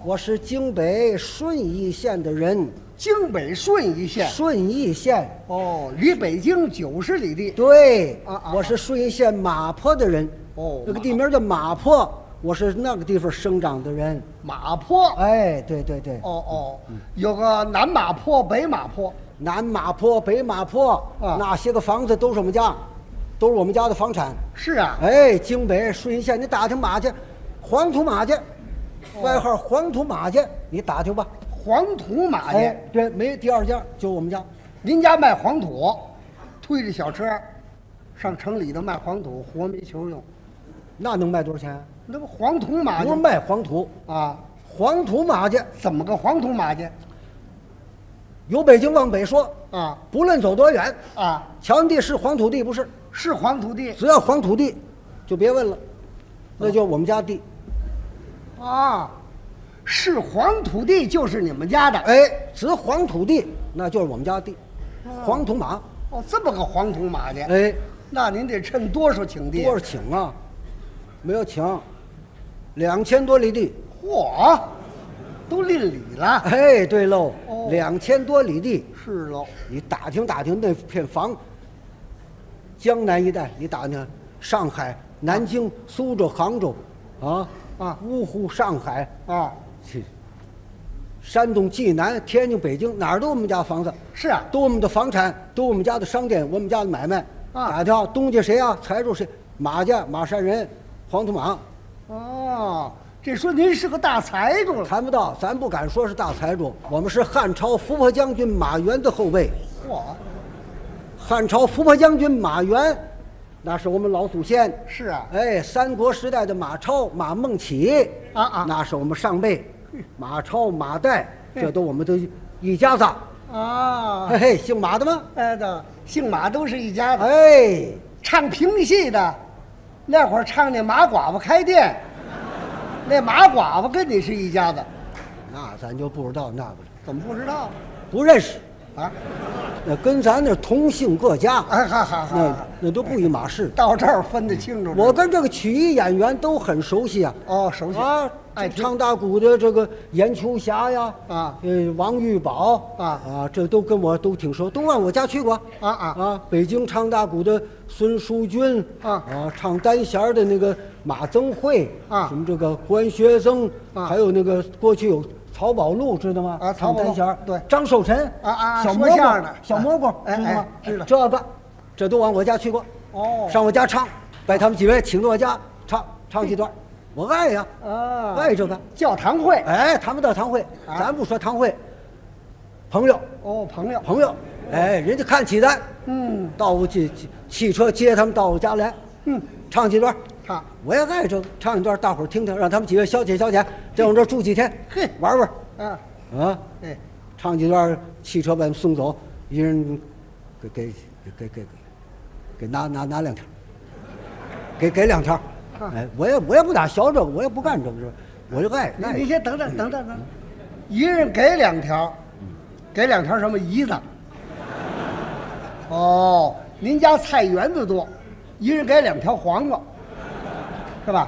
我是京北顺义县的人。 京北顺义县。 顺义县。 哦，离北京90里地。 对。 啊， 我是顺义县马坡的人。 哦， 那个地名叫马坡，我是那个地方生长的人。 马坡。 哎，对对对。 哦，有个南马坡、北马坡。 南马坡、北马坡啊， 那些个房子都是我们家，都是我们家的房产。 是啊。 哎，京北顺义县，你打听马去，黄土马去，外号黄土马去，你打听吧。 黄土马去。 哎，对，没第二家，就我们家。 您家卖黄土，推着小车，上城里头卖黄土，活煤球用。 那能卖多少钱？ 那不黄土马去？ 不是卖黄土啊， 黄土马去。 怎么个黄土马去？ 由北京往北说啊， 不论走多远啊， 强地是黄土地不是？ 是黄土地。 只要黄土地，就别问了，那就我们家地。 啊，是黄土地就是你们家的。 哎，只黄土地那就是我们家地，黄土马。 哦，这么个黄土马去。 哎， 那您得趁多少顷地？ 多少顷啊？没有顷，2000多里地。 嚯，都吝里了。 哎，对喽 ，2000 多里地。 是喽。 你打听打听那片房，江南一带，你打听上海、南京、苏州、杭州，芜湖、上海啊， 去山东、济南、天津、北京，哪儿都我们家房子。 是啊， 都我们的房产，都我们家的商店，我们家的买卖。打听东家谁啊？财主谁？马家马山人，黄土马。 哦，这说您是个大财主了。 谈不到，咱不敢说是大财主，我们是汉朝伏波将军马援的后辈。 嚯， 汉朝伏波将军马援，那是我们老祖先。 是啊。 哎，三国时代的马超、马孟起那是我们上辈。马超、马岱，这都我们都一家子。 啊， 嘿嘿，姓马的吗？ 哎的，姓马都是一家子。 哎， 唱评戏的，那会儿唱那马寡妇开店，那马寡妇跟你是一家子。 那咱就不知道，那不怎么不知道？ 不认识啊？ 那跟咱那同姓各家， 哎哈， 那都不一码事。 到这儿分得清楚。 我跟这个曲艺演员都很熟悉啊。 哦，熟悉啊。唱大鼓的这个严秋霞呀，王玉宝这都跟我都挺熟，都往我家去过。北京唱大鼓的孙淑君唱单弦的那个马增慧什么这个关学增还有那个过去有曹宝路知道吗？唱单弦。 对， 张寿臣小蘑菇小蘑菇知道吗？ 知道。 这都往我家去过。 哦， 上我家唱，把他们几位请到我家唱几段。我爱呀，爱这个叫堂会。 哎，他们到堂会，咱不说堂会，朋友。 哦， 朋友，哎，人家看起咱，到我汽车接他们到我家来，唱几段，我也爱这个，唱一段，大伙儿听听，让他们几位消遣消遣，在我这住几天，玩玩， 哎， 唱几段，汽车把他们送走，一人给拿2条，给2条。哎，我也不打小这个，我也不干这个，我就爱。 你先等等，一人给2条，给2条什么胰子？哦，您家菜园子多，一人给2条黄瓜，是吧？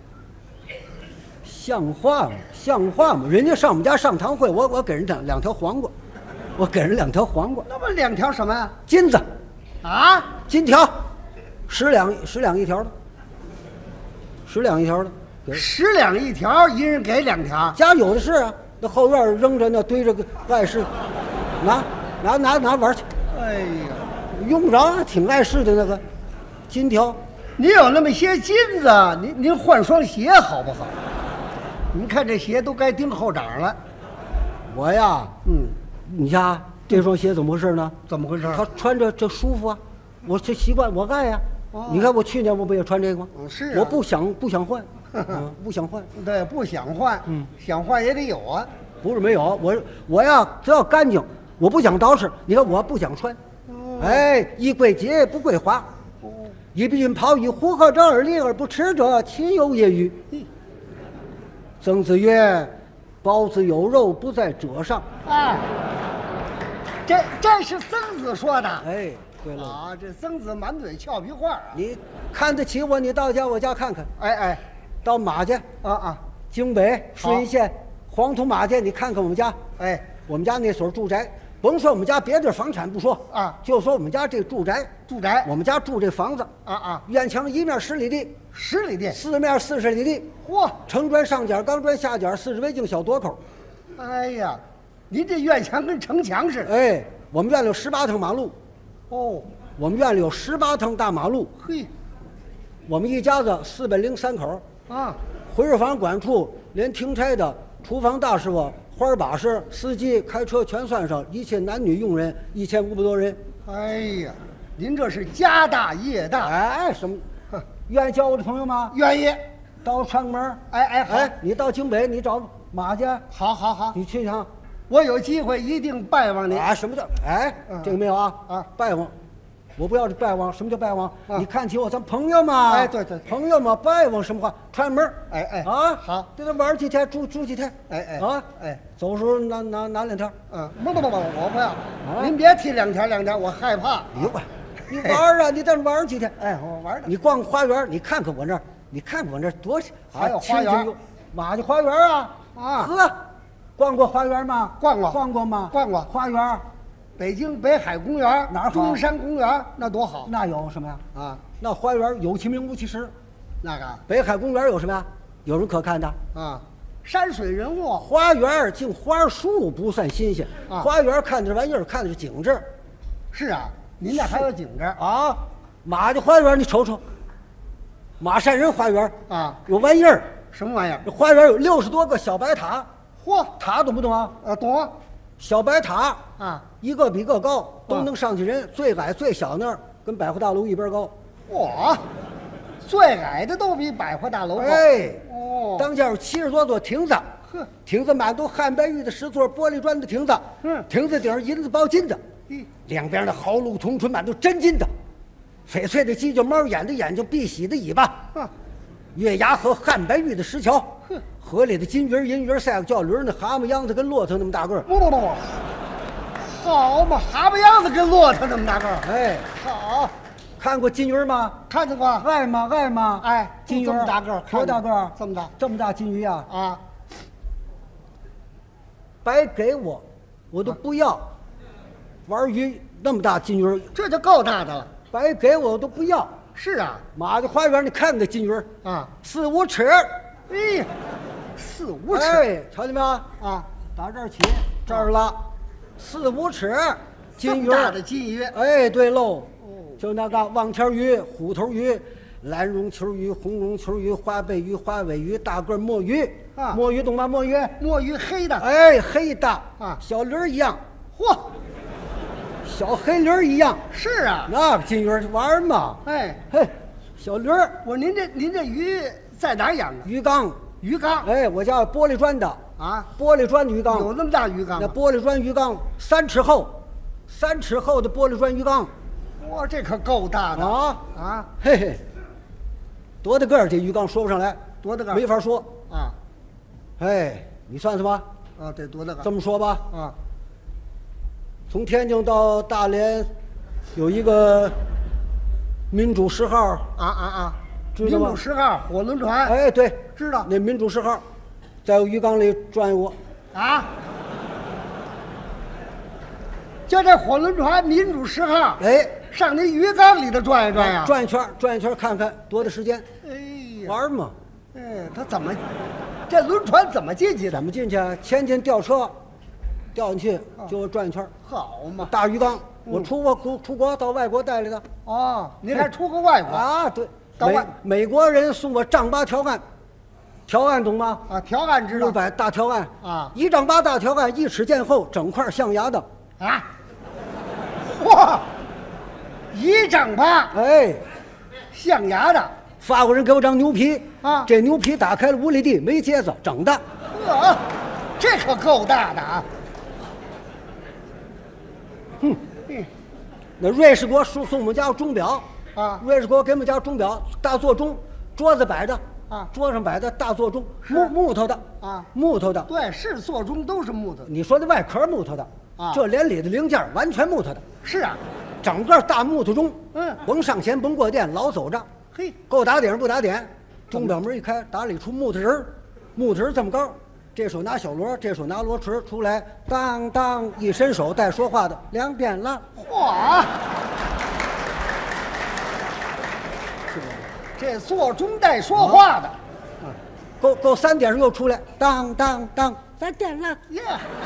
像话吗？人家上我们家上堂会，我给人2条黄瓜，我给人2条黄瓜。 那么2条什么呀？ 金子，金条，10两一条的。10两一条的 ，10两一条，一人给2条。 家有的是啊，那后院扔着那堆着个碍事，拿玩去。 哎呀， 用不着，挺碍事的那个金条。 你有那么些金子，您换双鞋好不好？您看这鞋都该钉后掌了。 我呀，你瞧这双鞋怎么回事呢？ 怎么回事？ 他穿着这舒服啊，我这习惯，我爱呀。你看我去年我不也穿这个吗？ 是啊。 我不想换，不想换。 对，不想换，想换也得有啊。 不是没有，我呀只要干净，我不想捯饬。你看我不想穿，哎，衣贵洁不贵华，一避孕袍以呼和者而立而不耻者，其有也与？曾子曰：“包子有肉，不在褶上。” 哎，这是曾子说的。 哎。对了这曾子满嘴俏皮话你看得起我，你到我家看看。 哎， 到马家啊， 京北顺义县黄土马街，你看看我们家， 哎， 我们家那所住宅，甭说我们家别的房产不说啊， 就说我们家这住宅，我们家住这房子院墙一面10里地 ，10里地， 四面40里地， 嚯， 城砖上角，钢砖下角，40围镜小垛口。 哎呀，您这院墙跟城墙似的。 哎，我们院里有18趟马路。 哦， 我们院里有18趟大马路。 嘿， 我们一家子403口啊， 回收房管处连停差的、厨房大师傅、花把式、司机、开车全算上，一切男女佣人1500多人。 哎呀，您这是家大业大。 哎，什么？愿意交我的朋友吗？ 愿意。 到川门。 好， 你到京北，你找马去。 好， 你去一趟。 我有机会一定拜望您。 什么叫？这个没有啊？拜望。我不要这拜望，什么叫拜望？你看起我咱朋友嘛？ 对， 朋友嘛，拜望什么话？串门。 好， 在这玩几天，住几天。走时候拿2天。 不，我不要。您别提2天，我害怕。 你玩啊！你在这玩几天？ 我玩的。 你逛花园，你看看我这多还有花园， 马家花园啊！呵，逛过花园吗？ 逛过吗？ 逛过花园。 北京北海公园哪儿好？ 中山公园那多好。 那有什么呀？那花园有其名无其实。 那个北海公园有什么呀？有人可看的山水人物。 花园净花树不算新鲜花园看这玩意儿看的是景致。 是啊，您那还有景致马家花园你瞅瞅，马善人花园有玩意儿。 什么玩意儿？ 花园有60多个小白塔。 嚯， 塔懂不懂啊？ 懂。 小白塔一个比一个高，都能上去人。最矮最小那儿跟百货大楼一边高。最矮的都比百货大楼高。 当间有70多座亭子，亭子满都汉白玉的石座，玻璃砖的亭子。亭子顶上银子包金的，两边的豪鹿铜唇满都真金的，翡翠的犄角猫眼的眼睛，碧玺的尾巴。月牙河汉白玉的石桥，河里的金鱼银鱼赛个叫驴呢，蛤蟆秧子跟骆驼那么大个儿。 不，好嘛，蛤蟆秧子跟骆驼那么大个儿。好， 看过金鱼吗？ 看见过。 爱吗？金鱼这么大个儿， 多大个儿？这么大金鱼啊！白给我都不要。玩鱼那么大金鱼， 这就够大的了。 白给我都不要。 是啊， 马家花园你看看金鱼4、5尺。 4、5尺。 瞧见没有？打这儿起，这儿拉，4、5尺，金鱼。 大的金鱼。 对喽。就那个望天鱼、虎头鱼、蓝绒球鱼、红绒球鱼、花背鱼、花尾鱼、大个墨鱼。墨鱼懂吗？墨鱼黑的。 黑的小驴一样。 嚯！ 小黑驴一样。 是啊， 那金鱼玩嘛。小驴。 我您这鱼在哪儿养的？ 鱼缸。我家有玻璃砖的玻璃砖鱼缸。 有那么大鱼缸？ 那玻璃砖鱼缸3尺厚，3尺厚的玻璃砖鱼缸。 哇，这可够大的多大个儿？这鱼缸说不上来， 多大个儿？ 没法说你算什么？ 得多大个儿？ 这么说吧从天津到大连有一个民主10号知道吗？ 民主10号火轮船。 对， 知道。 那民主10号在我鱼缸里转悠过就这火轮船民主10号上您鱼缸里头转一转呀？ 转一圈看看多大时间。玩嘛。 他怎么这轮船怎么进去的？ 怎么进去？前进吊车，掉进去就转一圈。 好嘛， 大鱼缸，我出国到外国带来的。 您还出过外国对，美国人送我丈八条案，条案懂吗？ 条案知道。 600大条案1丈8大条案，1尺见厚，整块象牙的。 嚯，1丈8，象牙的。 法国人给我张牛皮这牛皮打开了5里地，没疖子，整的。 这可够大的那瑞士国送我们家钟表瑞士国给我们家钟表，大座钟，桌子摆的桌上摆的大座钟，木头的木头的。 对，是座钟都是木头的。 你说的外壳木头的这连里的零件完全木头的。 是啊， 整个大木头钟，甭上弦，甭过电，老走着。够打点不打点？钟表门一开，打里出木头人，木头人这么高， 这手拿小锣，这手拿锣锤出来，当当一伸手带说话的2点了。 嚯！这做中带说话的， 够3点时又出来，当当当，3点了。 耶！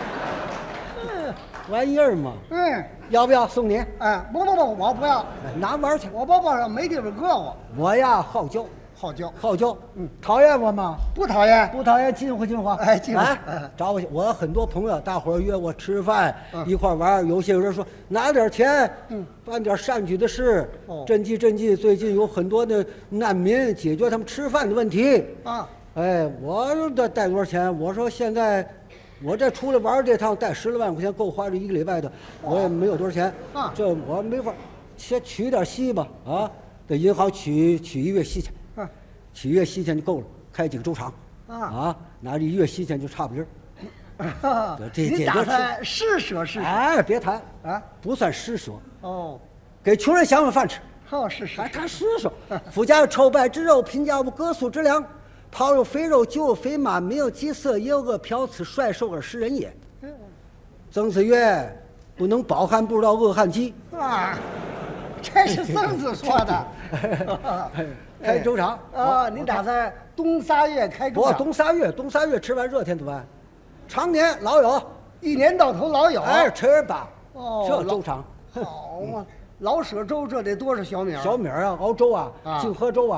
玩意儿嘛。要不要送你？ 不，我不要。 拿玩去。 我包包上没地方搁我。 我呀，好教。好教。讨厌我吗？ 不讨厌。 不讨厌，近乎。 近乎。 找我去。我很多朋友，大伙儿约我吃饭，一块玩。有些人说拿点钱，办点善举的事，赈济。最近有很多的难民，解决他们吃饭的问题。我这带多少钱？我说现在。我这出来玩这趟带10来万块钱，够花这1个礼拜的，我也没有多少钱，这我没法，先取点息吧，在银行取1月息去，取1月息钱就够了，开几个粥厂，拿这1月息钱就差不离儿。 你打算施舍？ 别谈不算施舍给穷人想碗饭吃。 是。 他施舍，富家有臭白之肉，贫家有各素之粮。袍有肥肉，酒有肥马，没有鸡色，也有个飘此帅瘦而食人也。曾子曰：“不能饱汉，不知道饿汉饥。” 这是曾子说的。 开粥厂你打算冬3月开粥厂？ 冬3月吃完热天怎么办？常年老有 ，1年到头老有。 吃吧。这粥厂好嘛，老舍粥这得多少小米？ 小米熬粥净河粥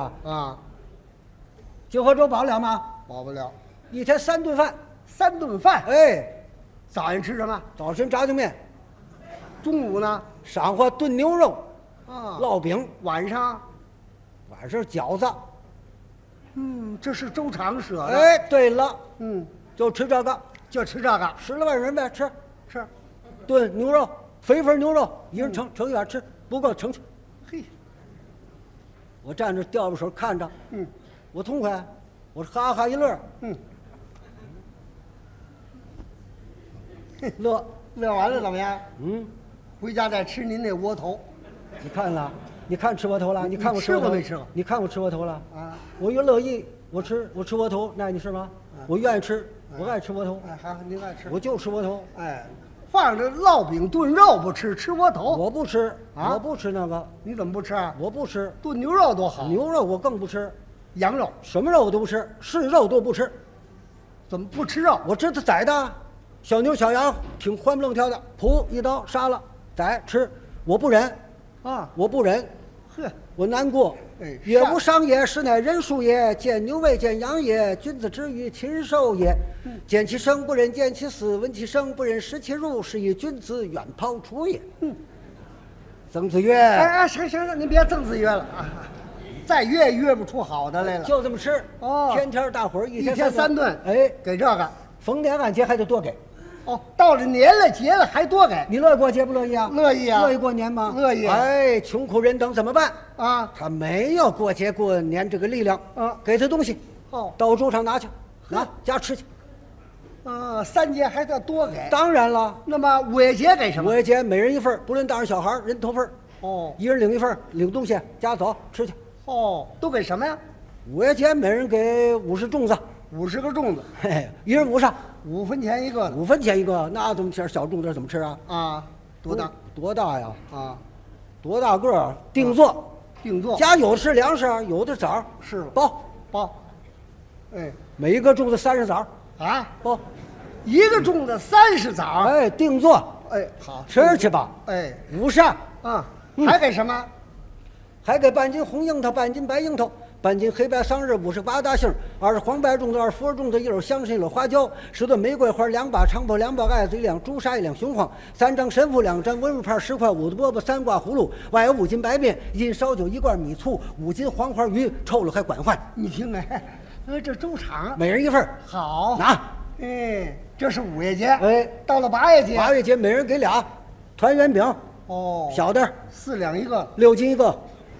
净河粥饱得了吗？ 饱不了。 1天3顿饭。 3顿饭。早上吃什么？ 早晨炸酱面。 中午呢？ 晌午炖牛肉。烙饼。 晚上饺子。 这是粥厂舍的。 对了。就吃这个。 10来万人呗，吃。 是。 炖牛肉，肥牛肉，一人盛一碗吃，不够盛去。 嘿。 我站着吊着手看着。我痛快，我哈哈一乐。乐完了怎么样？ 回家再吃您那窝头。 你看了？你看吃窝头了？你看过吃过没吃过？ 你看过吃窝头了？我越乐意，我吃窝头，那你是吗？我愿意吃，我爱吃窝头。 好，您爱吃， 我就吃窝头。 放着烙饼炖肉不吃，吃窝头。 我不吃我不吃那个。 你怎么不吃？ 我不吃。 炖牛肉多好。 牛肉我更不吃。 羊肉什么肉我都不吃，是肉都不吃。 怎么不吃肉？ 我知道宰的，小牛小羊挺欢不愣跳的，噗一刀杀了宰吃，我不忍我不忍，我难过。也无伤也，实乃人数也。见牛未见羊也，君子之于禽兽也。见其生不忍见其死，闻其声不忍食其肉，是以君子远庖厨也。曾子曰：“ 行，您别曾子曰了再约不出好的来了。 就这么吃天天大伙儿一天3顿。给这个逢年按节还得多给。 到了年了节了还多给。 你乐意过节不乐意啊？ 乐意啊。 乐意过年吗？ 乐意。 穷苦人等怎么办他没有过节过年这个力量给他东西到粥厂拿去，家吃去。 3节还得多给。 当然了。 那么5月节给什么？5 月节每人1份，不论大人小孩，人头份。一人领1份，领东西家走吃去。 都给什么呀 ？5月节每人给50粽子 ，50个粽子， 一人50， 5分钱一个 ，5分钱一个，那怎么吃？小粽子怎么吃啊？多大？ 多大呀？多大个儿？定做，家有的是粮食，有的枣， 是包，每一个粽子30枣包， 一个粽子30枣， 定做， 好， 吃去吧，50 还给什么？ 还给半斤红樱桃，半斤白樱桃，半斤黑白桑葚，58大杏，20黄白粽子，20腐竹粽子，1篓香参，1篓花椒，10朵玫瑰花，2把长柏，2把艾子，1两朱砂，1两雄黄，3张神符，2张文物牌，10块5的饽饽，3挂葫芦，外有5斤白面，1斤烧酒，1罐米醋，5斤黄花鱼，臭了还管换。 你听这粥厂每人1份， 好拿。 这是5月节，到了8月节 ，8月节每人给俩团圆饼，小的 4两一个 ，6斤一个。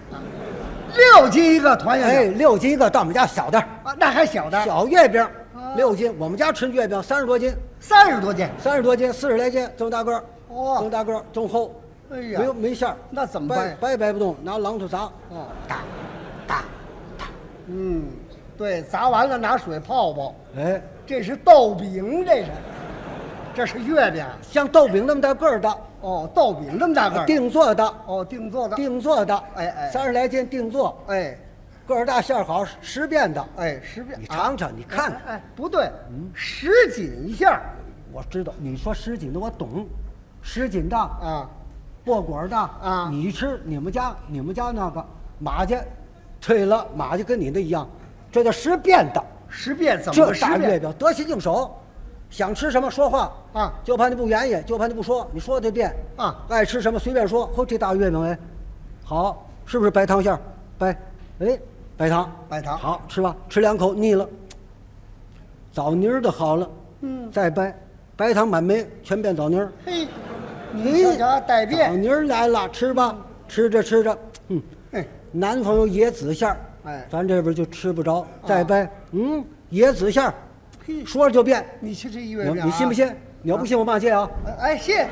6斤一个团圆饼 ，6斤一个，到我们家小的那还小的小月饼，6斤。我们家吃月饼30多斤 ，30多斤 ，40来斤，这么大个儿，这么大个儿，这么厚，没馅儿， 那怎么办？ 掰不动，拿榔头砸，打， 对，砸完了拿水泡泡。 哎， 这是豆饼，这是月饼， 像豆饼那么大个儿的。 哦，豆饼那么大个儿， 定做的。 哦，定做的， 定做的。 哎 30来斤定做。 哎， 个儿大馅儿好，10变的。 哎，10变， 你尝尝，你看看。 哎，不对，10斤馅儿。 我知道，你说10斤的我懂，10斤的啊， 薄果的啊， 你吃你们家那个马家，对了，马家跟你的一样，这叫10变的。 10变怎么个这大 10变？ 月饼得心应手，想吃什么说话啊， 就怕你不愿意，就怕你不说，你说就变啊。 爱吃什么随便说。嚯，这大月饼哎，好，是不是白糖馅儿？白糖好吃吧？吃2口腻了，枣泥儿的好了，再白糖满没，全变枣泥儿。 嘿，你瞧瞧带变。 枣泥儿来了，吃吧，吃着，南方有椰子馅儿， 哎， 咱这边就吃不着。再掰，椰子馅儿，说着就变。 你去这月饼， 你信不信？你要不信，我骂街啊！ 哎，信，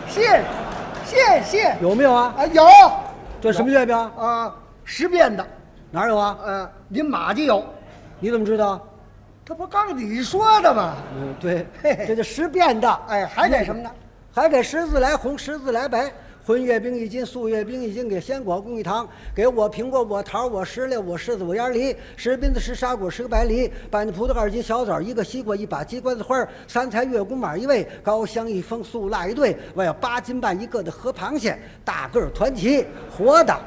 有没有啊？ 啊，有。 这什么月饼啊？10变的。 哪有啊？ 您马家有。 你怎么知道？ 这不刚你说的吗？ 对，这就10变的。 哎，还给什么呢？ 还给10字来红，10字来白。荤月饼1斤，素月饼1斤，给鲜果供1糖，给我苹果，我桃，我石榴，我柿子，我眼梨，10饼子10沙果10个白梨，半斤葡萄2斤小枣，1个西瓜，1把鸡冠子花，3菜月宫马1位，高香1封，素辣1对，我要8斤半1个的河螃蟹，大个儿团旗，活的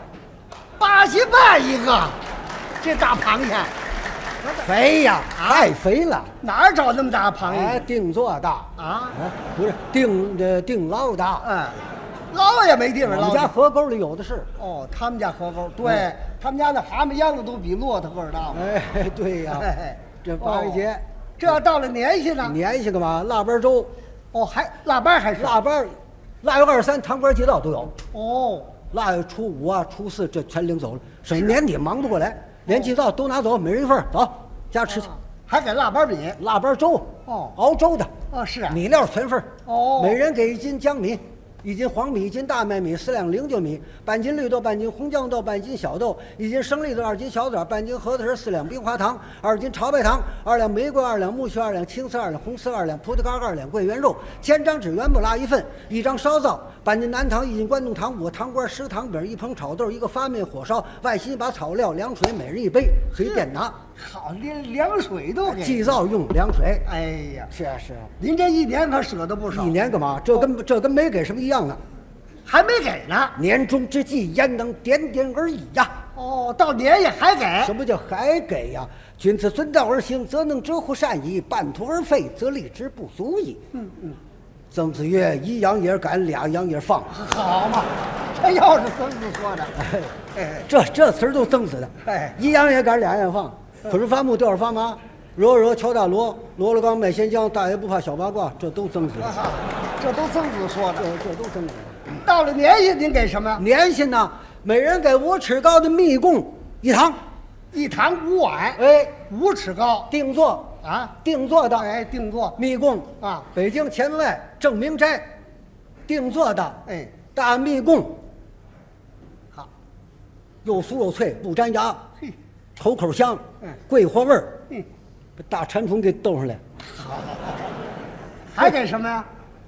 ，8斤半1个，这大螃蟹。 肥呀，太肥了！ 哪儿找那么大螃蟹？ 哎，定做的啊？ 不是定捞的。 捞也没地方捞。 我们家河沟里有的是。 哦，他们家河沟，对他们家那蛤蟆秧子都比骆驼个儿大。 哎，对呀。这8月节， 这要到了年下呢？ 年下干嘛？腊八粥。 哦，还腊八还是腊八，腊月23糖官街道都有。 哦， 腊月初5啊、初4这全领走了，省年底忙不过来。年祭灶都拿走，每人1份，走家吃去。 还给腊八米、 腊八粥，熬粥的。 是啊， 米料全份。每人给1斤江米，1斤黄米，1斤大麦米，4两0.9米，半斤绿豆，半斤红豇豆，半斤小豆，1斤生栗子，2斤小枣，半斤核桃仁，4两冰花糖，2斤炒白糖，2两玫瑰，2两苜蓿，2两青丝，2两红丝，2两葡萄干，2两桂圆肉，千张纸元不拉1份，1张烧枣，半斤南糖，1斤关东糖，5个糖瓜，10糖饼，1盆炒豆，1个发面火烧，外心1把草料，凉水每人1杯，随便拿。 好，连凉水都给。 祭灶用凉水。 哎呀， 是啊是啊， 您这1年可舍得不少。 1年干嘛？这跟没给什么一样呢。 还没给呢。 年终之际，焉能点点而已呀？ 哦，到年也还给？ 什么叫还给呀？君子遵道而行，则能折乎善矣；半途而废，则立之不足矣。曾子曰：“1羊也干，2羊也放。” 好嘛，这要是曾子说的。 这词儿都曾子的。1羊也干，2羊也放。可是伐木，吊儿发麻，惹敲大锣，锣了刚卖咸浆，大爷不怕小八卦，这都曾子的。 这都曾子说的， 这都曾子的。 到了年下，您给什么？ 年下呢，每人给5尺高的蜜供1糖 ，1糖5碗。 哎 ，5尺高， 定做啊， 定做的。 哎，定做蜜供啊， 北京前门外正明斋定做的。 哎， 大蜜供，好，又酥又脆，不粘牙，稠口香，桂花味儿，把大馋虫给逗上来。 好，还给什么呀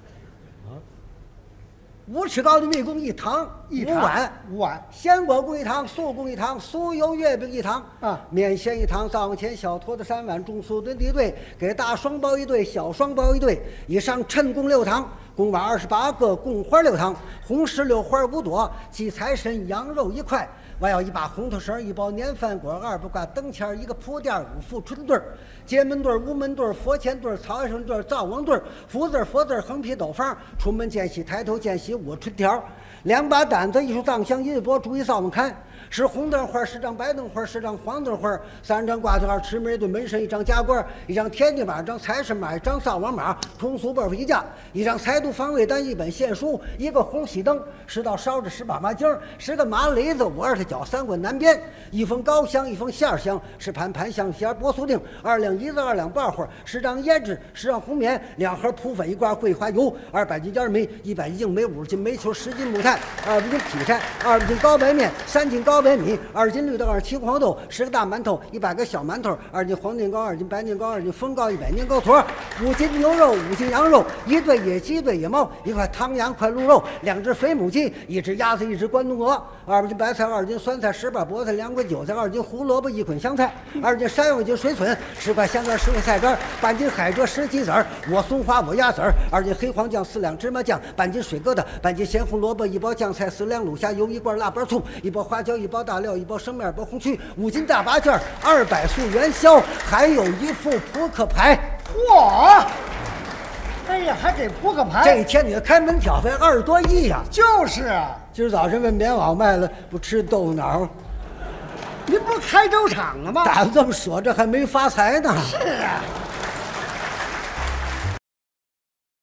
？5尺高的蜜供1糖，5碗 ，5碗， 鲜果供1糖，素供1糖，酥油月饼1糖，面线1糖，灶王前小坨子3碗，中酥炖1对，给大双包1对，小双包1对，以上称供6糖，贡丸28个，贡花6糖，红石榴花5朵，鸡财神羊肉1块。我要1把红头绳，1包年饭果，2不挂灯签，1个铺垫，5副春对儿，街门对儿，屋门对儿，佛前对儿，曹生对儿，灶王对儿，福字佛字，横批斗方，出门见喜，抬头见喜，我春条，2把担子，1束藏香，1簸，注意扫门看。是红灯花，10张白灯花，10张黄灯花，3张挂头号，吃门1对门神，1张夹棍，1张天地马，1张财神马，1张灶王马，通俗本1架，1张财度防卫单，1本献书，1个红喜灯，10道烧着10把麻筋，10个麻梨子，52 椒，3棍南边，1封膏香，1封馅儿香，10盘盘香馅波酥丁，2两椰子，2两爆花，10张胭脂，10张红棉，2盒扑粉，1罐桂花油，200斤荞米，100斤梅，50斤煤球，10斤木炭，20斤劈柴，20斤高白面，3斤高白米，2斤绿豆，2斤黄豆，10个大馒头，100个小馒头，2斤黄年糕，2斤白年糕，2斤风糕，100年糕坨，5斤牛肉，5斤羊肉，1对野鸡，1对野猫，1块汤羊，块鹿肉，2只肥母鸡，1只鸭子，1只关东鹅，2斤白菜，2斤酸菜，10把菠菜，2捆韭菜，2斤胡萝卜，1捆香菜，2斤山药，1斤水笋，10块香干，10块菜干，半斤海蜇，10鸡子儿，我松花，我鸭子儿，2斤黑黄酱，4两芝麻酱，半斤水疙瘩，半斤鲜红萝卜，1包酱菜，4两卤虾油，1罐腊八醋，1包花椒，1包大料，1包生面，2包红曲，5斤大八件，200束元宵，还有1副扑克牌。 嚯！哎呀，还给扑克牌！ 这一天你的开门挑费20多亿呀！ 就是啊， 今儿早晨问棉袄卖了，不吃豆腐脑。 您不是开粥厂了吗？ 打这么说，这还没发财呢。 是啊。